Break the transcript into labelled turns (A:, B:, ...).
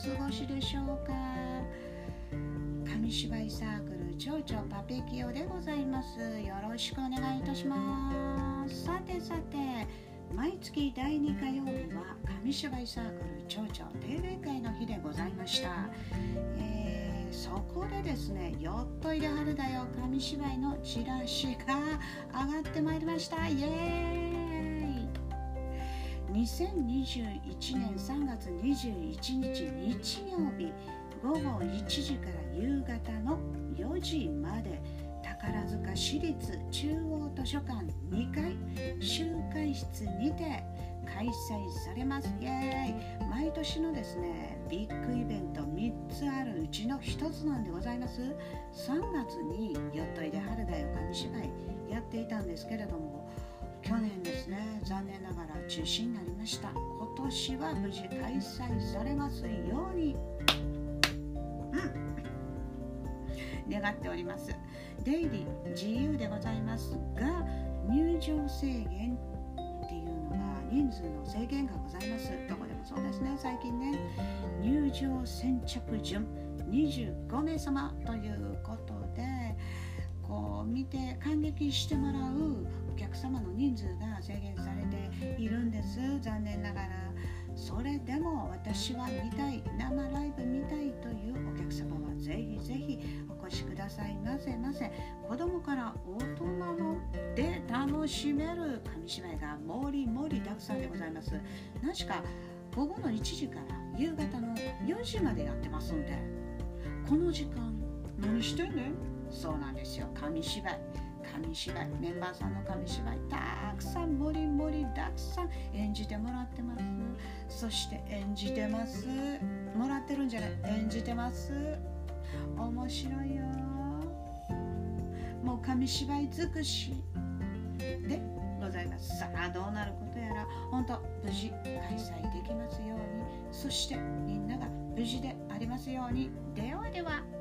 A: 過ごしでしょうか。紙芝居サークル蝶々パペキオでございます。よろしくお願いいたします。さて毎月第2火曜日は紙芝居サークル蝶々定例会の日でございました。そこでですね、よっといではるだよ紙芝居のチラシが上がってまいりました。イエーイ。2021年3月21日日曜日午後1時から夕方の4時まで宝塚市立中央図書館2階集会室にて開催されます。イエーイ。毎年のですねビッグイベント3つあるうちの1つなんでございます。3月によっといではるだよ紙芝居やっていたんですけれども、去年ですね残念ながら中止になりました。今年は無事開催されますように願っております。出入り自由でございますが、入場制限っていうのが人数の制限がございます。どこでもそうですね。最近ね、入場先着順25名様ということで、こう見て感激してもらうお客様の人数が制限されているんです。残念ながら。それでも私は見たい、生ライブ見たいというお客様はぜひぜひお越しくださいませ。子供から大人まで楽しめる紙芝居がもりもりたくさんでございます。確か午後の1時から夕方の4時までやってますんで、この時間何してんねん。そうなんですよ。紙芝居メンバーさんの紙芝居たくさんもりもりたくさん演じてもらってます。そして演じてますもらってるんじゃない、演じてます。面白いよ。もう紙芝居尽くしでございます。さあどうなることやら、本当無事開催できますように、そしてみんなが無事でありますように。ではでは。